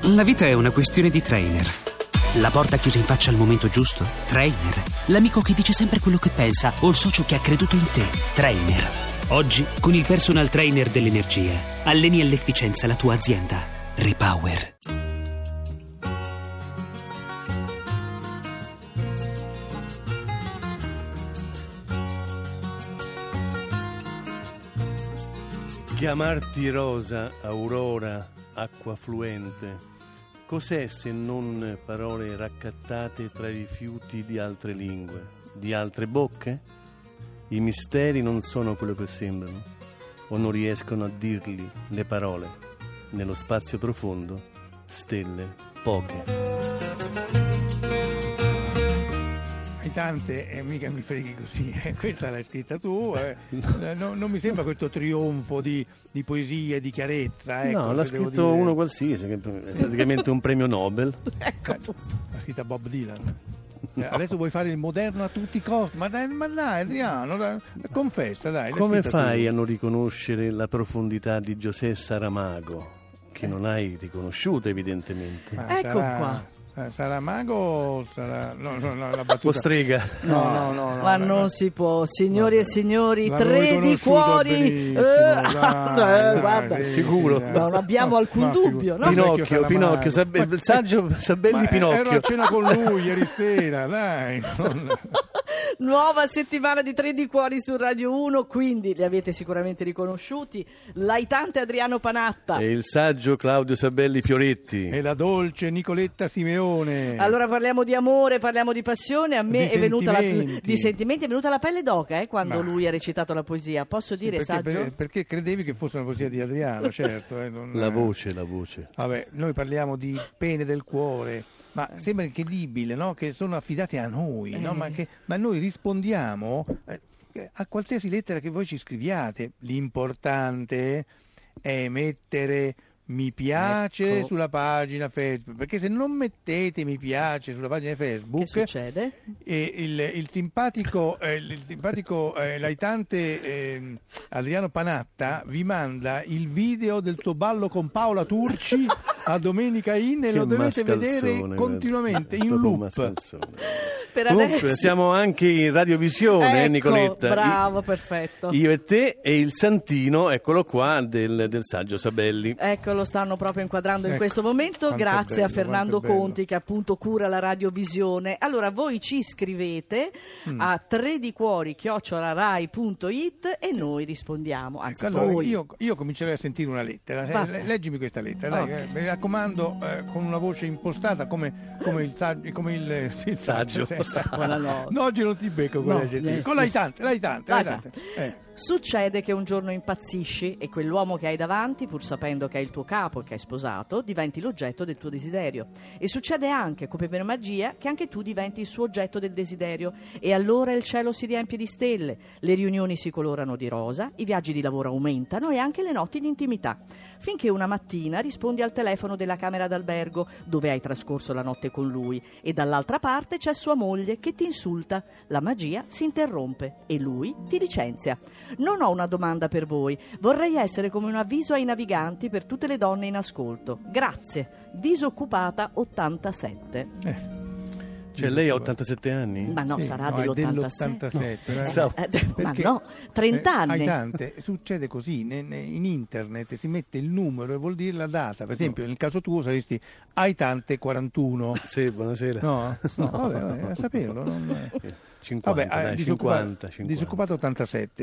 La vita è una questione di trainer. La porta chiusa in faccia al momento giusto? Trainer. L'amico che dice sempre quello che pensa o il socio che ha creduto in te? Trainer. Oggi, con il personal trainer dell'energia, alleni all'efficienza la tua azienda. Repower. Chiamarti rosa, aurora, acqua fluente, cos'è se non parole raccattate tra i rifiuti di altre lingue, di altre bocche? I misteri non sono quello che sembrano, o non riescono a dirli le parole. Nello spazio profondo, stelle poche. Tante e mica mi freghi così, questa l'hai scritta tu, non mi sembra questo trionfo di poesia e di chiarezza. Ecco, no, l'ha scritto uno qualsiasi, che è praticamente un premio Nobel. Ecco, l'ha scritta Bob Dylan. No. Adesso vuoi fare il moderno a tutti i costi, ma dai Adriano, confessa dai. Come fai a non riconoscere la profondità di José Saramago, che non hai riconosciuto evidentemente? Ecco qua. Sarà mago o sarà... No, la battuta... O strega? No. Ma non si può, signori e signori, tre di cuori. Guarda, sicuro. Non abbiamo alcun dubbio. No? Pinocchio, il saggio Sabelli Pinocchio. Ero a cena con lui ieri sera, dai. Nuova settimana di Tre di Cuori su Radio 1, quindi li avete sicuramente riconosciuti. L'aitante Adriano Panatta. E il saggio Claudio Sabelli Fioretti. E la dolce Nicoletta Simeone. Allora parliamo di amore, parliamo di passione. A me è venuta di sentimenti, è venuta la pelle d'oca quando lui ha recitato la poesia. Posso dire, saggio? Perché credevi che fosse una poesia di Adriano, certo. La voce. Vabbè, noi parliamo di pene del cuore. Ma sembra incredibile, no? Che sono affidate a noi, no? Ma noi rispondiamo a qualsiasi lettera che voi ci scriviate. L'importante è mettere mi piace sulla pagina Facebook, perché se non mettete mi piace sulla pagina Facebook, che succede? Il simpatico l'aitante Adriano Panatta vi manda il video del suo ballo con Paola Turci a Domenica In e lo dovete vedere continuamente in loop. Comunque siamo anche in radiovisione, ecco, Nicoletta. Bravo, perfetto. Io e te e il Santino, eccolo qua, del saggio Sabelli. Ecco, lo stanno proprio inquadrando in questo momento, grazie a Fernando Conti che appunto cura la radiovisione. Allora voi ci scrivete a tredicuori@rai.it e noi rispondiamo. Anzi, allora, io comincerei a sentire una lettera. Leggimi questa lettera, dai, mi raccomando, con una voce impostata come il saggio. No, oggi non ti becco con l'aggettivo. Con l'aitante. Succede che un giorno impazzisci e quell'uomo che hai davanti, pur sapendo che è il tuo capo e che hai sposato, diventi l'oggetto del tuo desiderio. E succede anche, come per magia, che anche tu diventi il suo oggetto del desiderio. E allora il cielo si riempie di stelle, le riunioni si colorano di rosa, i viaggi di lavoro aumentano e anche le notti di intimità. Finché una mattina rispondi al telefono della camera d'albergo dove hai trascorso la notte con lui e dall'altra parte c'è sua moglie che ti insulta. La magia si interrompe e lui ti licenzia. Non ho una domanda per voi, vorrei essere come un avviso ai naviganti per tutte le donne in ascolto. Grazie. Disoccupata 87. Cioè lei ha 87 anni? Ma no, sarà dell'87. Ma no, 30 anni. Aitante, succede così, in internet si mette il numero e vuol dire la data. Per esempio, nel caso tuo saresti Aitante 41. Sì, buonasera. No, vabbè, a saperlo. 50, disoccupato 87.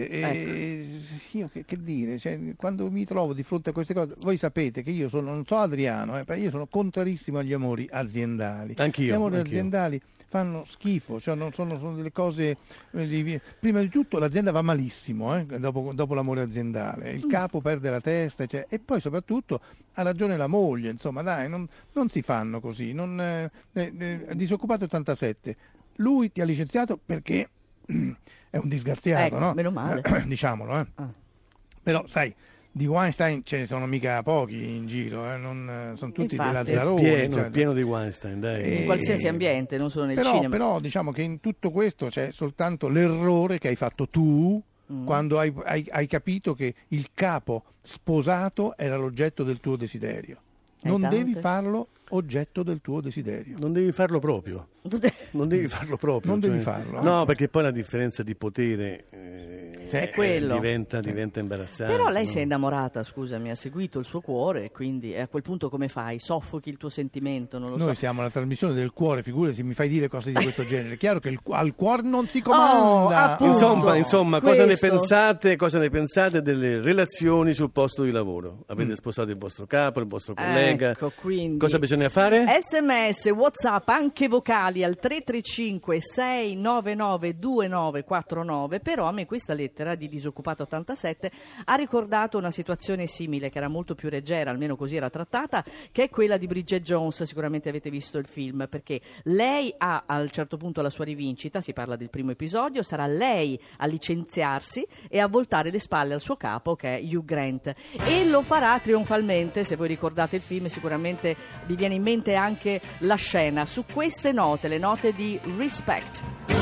Io che dire, cioè, quando mi trovo di fronte a queste cose, voi sapete che io non so Adriano, io sono contrarissimo agli amori aziendali. Anch'io. Gli amori aziendali fanno schifo, cioè sono delle cose. Prima di tutto l'azienda va malissimo, dopo l'amore aziendale, il capo perde la testa, e poi soprattutto ha ragione la moglie, insomma, dai, non si fanno così. Disoccupato 87. Lui ti ha licenziato perché è un disgraziato, no? Meno male. Diciamolo, Però, sai, di Weinstein ce ne sono mica pochi in giro, sono tutti dei lazzaroni. Pieno di Weinstein, dai. In qualsiasi ambiente, non solo nel cinema. Però diciamo che in tutto questo c'è soltanto l'errore che hai fatto tu quando hai capito che il capo sposato era l'oggetto del tuo desiderio. Non tante. devi farlo oggetto del tuo desiderio. Non devi farlo proprio. Non devi farlo proprio. Non devi farlo. No, perché poi la differenza di potere È quello. diventa imbarazzante. Però lei no? si è innamorata, scusami, ha seguito il suo cuore, quindi a quel punto come fai? Soffochi il tuo sentimento, non lo Noi so. siamo alla trasmissione del cuore, figurati se mi fai dire cose di questo genere. È chiaro che al cuore non si comanda. appunto. Insomma, cosa ne pensate delle relazioni sul posto di lavoro? Avete sposato il vostro capo, il vostro collega? Ecco, quindi. Cosa bisogna fare? SMS, WhatsApp, anche vocali al 335 699 2949. Però a me questa lettera di Disoccupato 87 ha ricordato una situazione simile, che era molto più leggera, almeno così era trattata, che è quella di Bridget Jones. Sicuramente avete visto il film, perché lei ha a un certo punto la sua rivincita, si parla del primo episodio, sarà lei a licenziarsi e a voltare le spalle al suo capo, che è Hugh Grant, e lo farà trionfalmente. Se voi ricordate il film sicuramente vi viene in mente anche la scena. Su queste note, le note di Respect.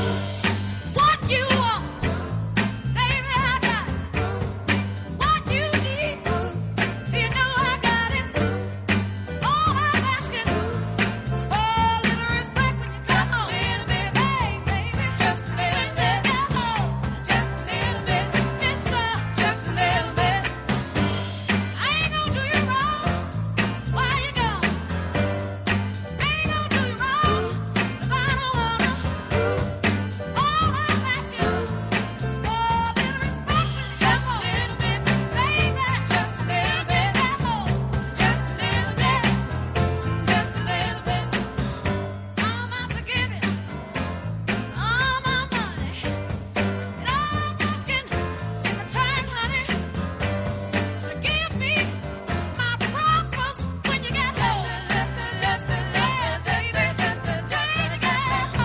What you want, baby, I got it. What you need, you know I got it. All I'm asking is for a little respect when you come home. Just a little bit, hey, baby, just a little bit. Just a little bit, mister, just a little bit. I ain't gonna do you wrong while you gone. I ain't gonna do you wrong, 'cause I don't wanna. All I'm asking is for a little respect, just a little bit, baby, just a little bit, just a little bit, just a little bit. I'm out to give you all my money, and all I'm asking in return, honey, is to give me my promise when you get home. Just a little bit, just a little bit, just a little bit.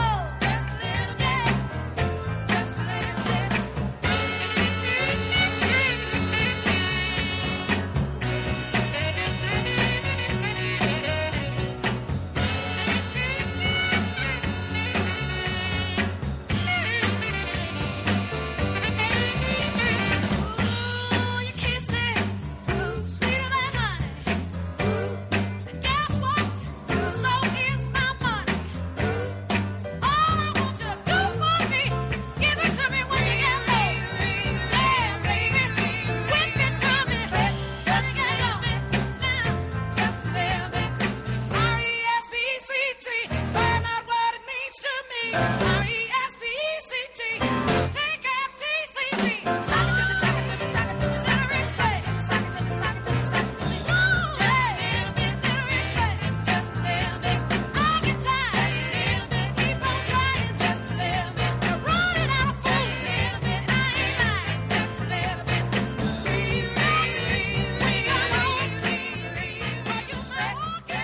Ooh, your kisses, sweeter than honey. And guess what? So is my money. All I want you to do for me is give it to me when you get home. Yeah, baby, whip it to me, just a little bit now, just a little bit. R-E-S-P-E-C-T, find out what it means to me. R-E-S-P-E-C-T, take F-T-C-T. Sock it to me, sock it to me, sock it to me, little respect. Sock it to me, sock it to me, sock it to me. Little bit, little respect, just a little bit. I get tired, little bit, keep on trying, just a little bit. You're running out of food, little bit, I ain't lying, just a little bit. Respect, when you're home, when you say, okay,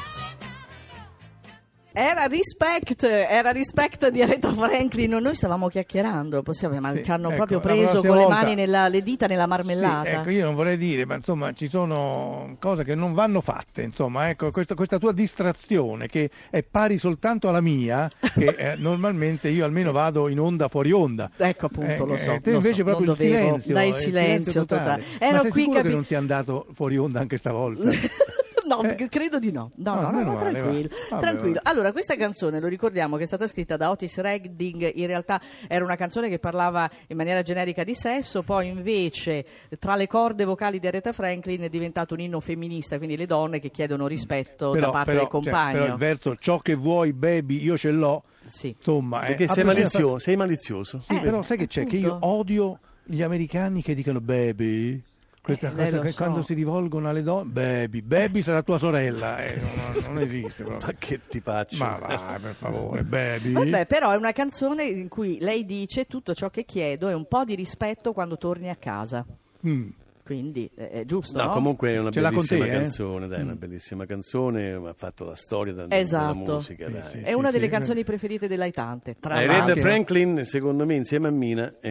Era Respect di Aretha Franklin. Noi stavamo chiacchierando, ma Sì, ci hanno ecco, proprio la preso prossima con le volta- mani le dita nella marmellata. Sì, ecco, io non vorrei dire, ma insomma ci sono cose che non vanno fatte, insomma, ecco, questa tua distrazione che è pari soltanto alla mia, che normalmente io almeno vado in onda fuori onda. Ecco, appunto, lo so. Te lo invece so, proprio non il dovevo, silenzio. dai, il il silenzio totale. Ma Ero sei qui sicuro che non ti è andato fuori onda anche stavolta? No, credo di no. No, meno male, tranquillo. va. Vabbè, Tranquillo. vabbè. Allora, questa canzone, lo ricordiamo, che è stata scritta da Otis Redding. In realtà era una canzone che parlava in maniera generica di sesso, poi invece tra le corde vocali di Aretha Franklin è diventato un inno femminista, quindi le donne che chiedono rispetto da parte del compagno. Però il verso ciò che vuoi baby io ce l'ho, Sì. insomma, Perché sei malizioso. Sì, però sai che c'è? Che io appunto. odio gli americani che dicono baby. Questa lei lo che so. quando si rivolgono alle donne, baby sarà tua sorella, non esiste Ma proprio. che ti faccio? Ma vai, per favore, baby. Vabbè, però è una canzone in cui lei dice: tutto ciò che chiedo è un po' di rispetto quando torni a casa. Mm. Quindi è giusto, No, no? comunque è una Ce l'ha con bellissima te, canzone, dai, una bellissima canzone, ha fatto la storia della Esatto. musica, Sì, dai. sì. È una delle canzoni preferite dell'Aitante. Tra Aretha l'altro. Anche- Franklin, secondo me, insieme a Mina, è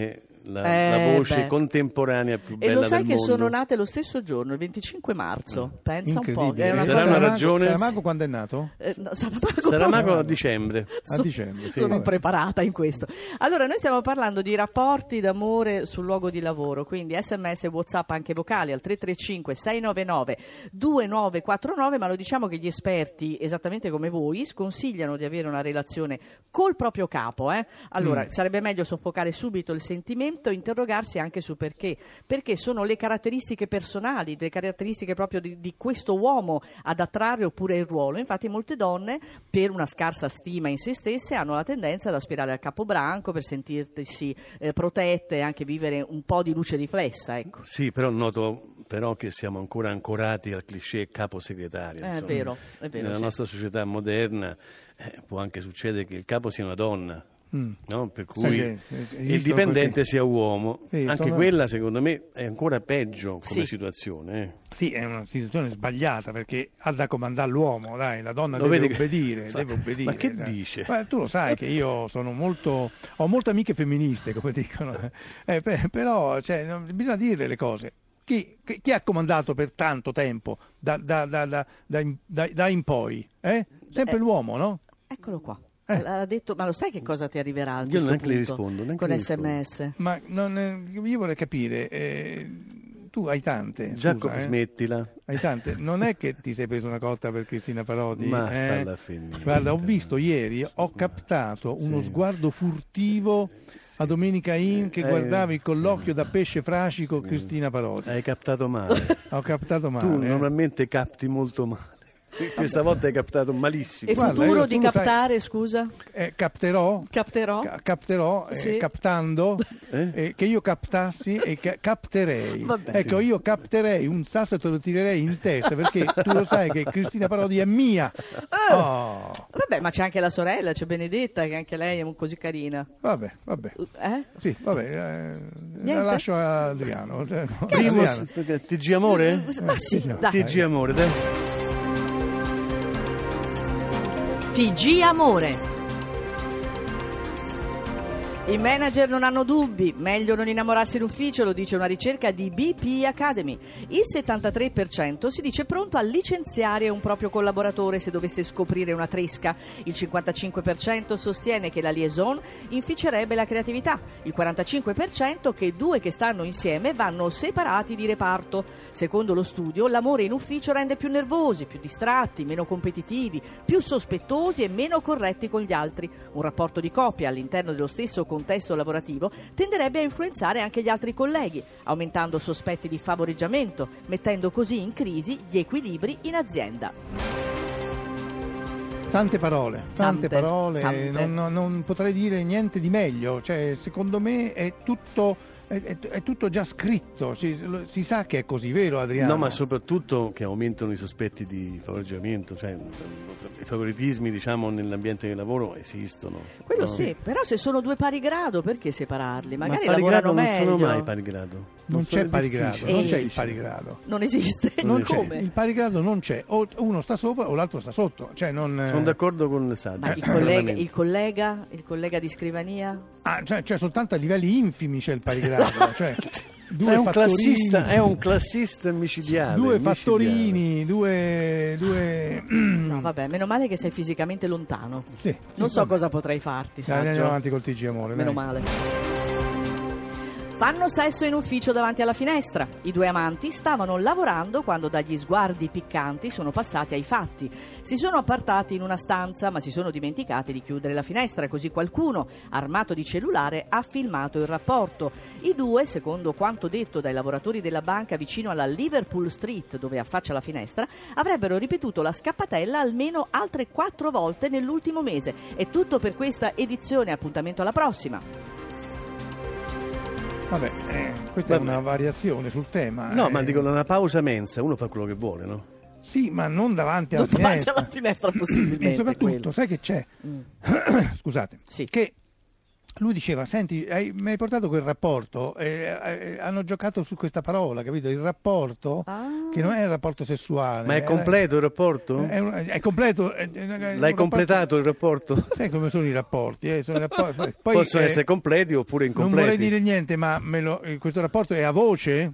la voce contemporanea più bella E lo sai del che mondo. sono nate lo stesso giorno, il 25 marzo. Pensa un po'. Incredibile. È una Sarà cosa- una ragione. Saramago quando è nato? No, Saramago Saramago no. a dicembre. A dicembre, sì, Sono vabbè. impreparata in questo. Allora, noi stiamo parlando di rapporti d'amore sul luogo di lavoro, quindi SMS e WhatsApp anche vocali al 335 699 2949, ma lo diciamo che gli esperti, esattamente come voi, sconsigliano di avere una relazione col proprio capo. Allora, sarebbe meglio soffocare subito il sentimento e interrogarsi anche su perché. Perché sono le caratteristiche personali, le caratteristiche proprio di questo uomo ad attrarre oppure il ruolo. Infatti molte donne, per una scarsa stima in se stesse, hanno la tendenza ad aspirare al capobranco per sentirsi protette e anche vivere un po' di luce riflessa, ecco. Sì, però noto che siamo ancora ancorati al cliché capo segretario. È insomma. vero, Nella sì. nostra società moderna può anche succedere che il capo sia una donna. No? Per Sai cui che esistono il dipendente questi- sia uomo. Sì, Anche sono- quella, secondo me, è ancora peggio come Sì. situazione. Sì, è una situazione sbagliata perché ha da comandare l'uomo, dai, la donna Lo deve vedi che- obbedire, Sa- deve obbedire. ma che sai. dice? Ma tu lo sai che io sono ho molte amiche femministe, come dicono, però bisogna dire le cose. Chi ha comandato per tanto tempo, da in poi? Sempre l'uomo, no? Eccolo qua. L'ha detto, ma lo sai che cosa ti arriverà a Io questo neanche le punto? rispondo, neanche con le rispondo. SMS. Ma io vorrei capire, tu hai tante, Giacomo, scusa, smettila. hai tante, non è che ti sei preso una cotta per Cristina Parodi? Ma spalla a finire. Guarda, ho visto ieri, ho captato uno sguardo furtivo a Domenica In che guardavi con l'occhio da pesce frascico Cristina Parodi. Hai captato male. Ho captato male. Tu normalmente capti molto male. Questa volta hai captato malissimo. E Guarda, futuro io- di tu lo sai- captare, scusa? Capterò? Capterò? Capterò, Sì. captando, Eh? che io captassi e capterei. Vabbè. Ecco, io capterei un sasso e te lo tirerei in testa perché tu lo sai che Cristina Parodi è mia. Oh, Vabbè, ma c'è anche la sorella, c'è Benedetta, che anche lei è così carina. vabbè. Sì, vabbè, la Niente? lascio a Adriano. Primo, Adriano. TG Amore? Ma sì, sì, no. dai. TG Amore, dai. TG Amore. I manager non hanno dubbi, meglio non innamorarsi in ufficio, lo dice una ricerca di BP Academy. Il 73% si dice pronto a licenziare un proprio collaboratore se dovesse scoprire una tresca. Il 55% sostiene che la liaison inficerebbe la creatività. Il 45% che due che stanno insieme vanno separati di reparto. Secondo lo studio, l'amore in ufficio rende più nervosi, più distratti, meno competitivi, più sospettosi e meno corretti con gli altri. Un rapporto di coppia all'interno dello stesso contesto lavorativo tenderebbe a influenzare anche gli altri colleghi, aumentando sospetti di favoreggiamento, mettendo così in crisi gli equilibri in azienda. Tante parole, Sante. non potrei dire niente di meglio, cioè, secondo me è tutto già scritto, si sa che è così, vero Adriano? No, ma soprattutto che aumentano i sospetti di favoreggiamento, cioè i favoritismi, diciamo, nell'ambiente di lavoro esistono. Quello no? sì, però se sono due pari grado perché separarli? Ma Magari pari lavorano grado non meglio. sono mai pari grado. Non c'è sono pari difficili. grado, non c'è il Difficili. pari grado. Non esiste, Non c'è, come? il pari grado non c'è, o uno sta sopra o l'altro sta sotto, cioè non... Sono d'accordo con il Saggio. Ma il collega di scrivania? cioè soltanto a livelli infimi c'è il pari grado, cioè due È un fattorini, classista micidiale. due micidiale. fattorini, due... No, vabbè, meno male che sei fisicamente lontano. Sì, Non sì, so vabbè. cosa potrei farti, Dai, andiamo Saggio. avanti col TG Amore, Meno dai. male. Fanno sesso in ufficio davanti alla finestra. I due amanti stavano lavorando quando dagli sguardi piccanti sono passati ai fatti. Si sono appartati in una stanza, ma si sono dimenticati di chiudere la finestra, così qualcuno, armato di cellulare, ha filmato il rapporto. I due, secondo quanto detto dai lavoratori della banca vicino alla Liverpool Street, dove affaccia la finestra, avrebbero ripetuto la scappatella almeno altre 4 volte nell'ultimo mese. È tutto per questa edizione, appuntamento alla prossima. Vabbè, questa è una variazione sul tema. No, ma dicono una pausa mensa, uno fa quello che vuole, no? Sì, ma non davanti alla Non davanti finestra. alla finestra possibilmente. E soprattutto, quello. sai che c'è? Scusate, Sì. che lui diceva, senti, mi hai portato quel rapporto, hanno giocato su questa parola, capito? Il rapporto, che non è il rapporto sessuale. Ma è completo il rapporto? È completo. L'hai completato il rapporto? Sai come sono i rapporti? Sono i rapporti. Poi, possono essere completi oppure incompleti. Non vorrei dire niente, ma questo rapporto è a voce?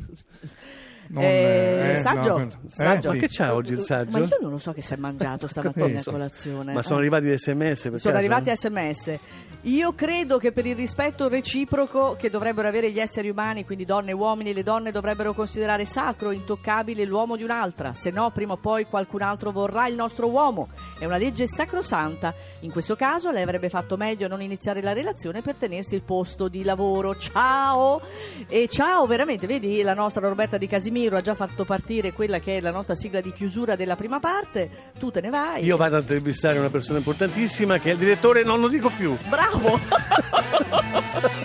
Saggio? Sì. Ma che c'ha oggi il saggio? Ma io non lo so che si è mangiato stamattina a Capisco. colazione. Ma sono arrivati SMS per Sono caso? arrivati SMS. Io credo che per il rispetto reciproco che dovrebbero avere gli esseri umani, quindi donne e uomini, le donne dovrebbero considerare sacro, intoccabile l'uomo di un'altra, se no prima o poi qualcun altro vorrà il nostro uomo. È una legge sacrosanta. In questo caso lei avrebbe fatto meglio a non iniziare la relazione per tenersi il posto di lavoro. Ciao! E ciao veramente, vedi, la nostra Roberta Di Casimiro ha già fatto partire quella che è la nostra sigla di chiusura della prima parte. Tu te ne vai. Io vado a intervistare una persona importantissima che è il direttore, non lo dico più. Bravo!